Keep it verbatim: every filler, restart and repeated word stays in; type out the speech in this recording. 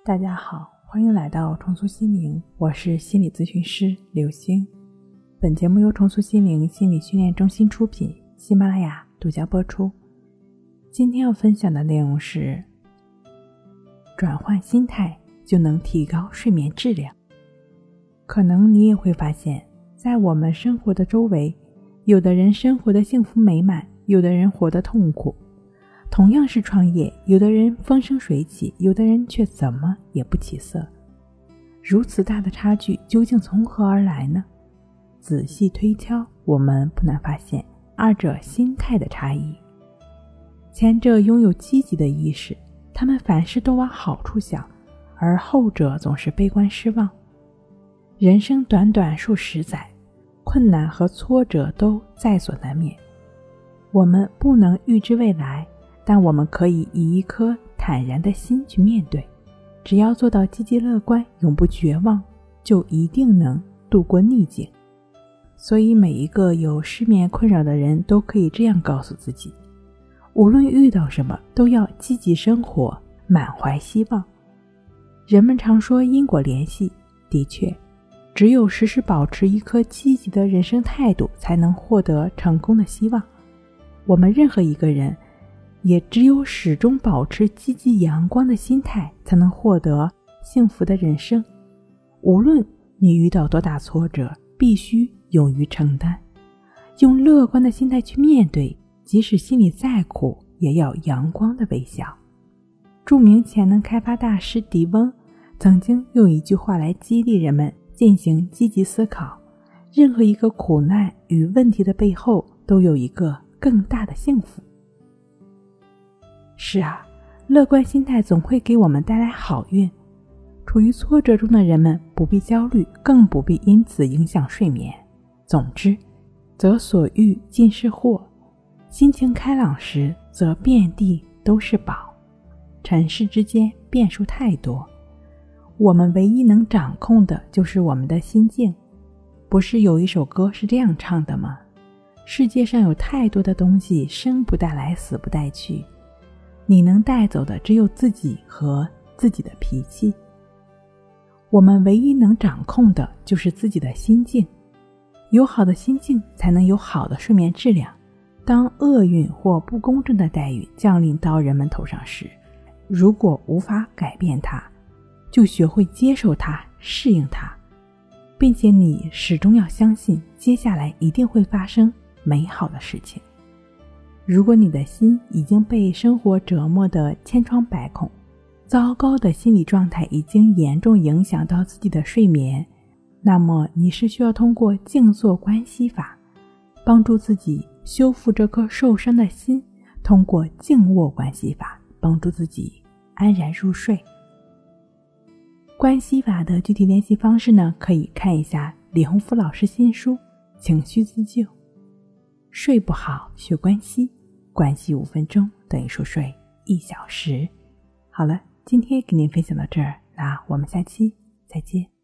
大家好，欢迎来到重塑心灵，我是心理咨询师刘星。本节目由重塑心灵心理训练中心出品，喜马拉雅独家播出。今天要分享的内容是：转换心态就能提高睡眠质量。可能你也会发现，在我们生活的周围，有的人生活的幸福美满，有的人活得痛苦。同样是创业，有的人风生水起，有的人却怎么也不起色。如此大的差距究竟从何而来呢？仔细推敲，我们不难发现二者心态的差异。前者拥有积极的意识，他们凡事都往好处想，而后者总是悲观失望。人生短短数十载，困难和挫折都在所难免。我们不能预知未来，但我们可以以一颗坦然的心去面对。只要做到积极乐观，永不绝望，就一定能度过逆境。所以每一个有失眠困扰的人都可以这样告诉自己，无论遇到什么，都要积极生活，满怀希望。人们常说因果联系，的确，只有时时保持一颗积极的人生态度，才能获得成功的希望。我们任何一个人也只有始终保持积极阳光的心态，才能获得幸福的人生。无论你遇到多大挫折，必须勇于承担，用乐观的心态去面对，即使心里再苦，也要阳光的微笑。著名潜能开发大师迪翁曾经用一句话来激励人们进行积极思考：任何一个苦难与问题的背后，都有一个更大的幸福。是啊，乐观心态总会给我们带来好运。处于挫折中的人们不必焦虑，更不必因此影响睡眠。总之，则所欲尽是祸。心情开朗时，则遍地都是宝。尘世之间变数太多，我们唯一能掌控的就是我们的心境。不是有一首歌是这样唱的吗？世界上有太多的东西，生不带来，死不带去。你能带走的只有自己和自己的脾气。我们唯一能掌控的就是自己的心境。有好的心境，才能有好的睡眠质量。当厄运或不公正的待遇降临到人们头上时，如果无法改变它，就学会接受它，适应它，并且你始终要相信，接下来一定会发生美好的事情。如果你的心已经被生活折磨得千疮百孔，糟糕的心理状态已经严重影响到自己的睡眠，那么你是需要通过静坐观息法，帮助自己修复这颗受伤的心，通过静卧观息法，帮助自己安然入睡。观息法的具体练习方式呢，可以看一下李洪福老师新书《情绪自救》。睡不好学观息，观息五分钟等于熟睡一小时。好了，今天给您分享到这儿，那我们下期再见。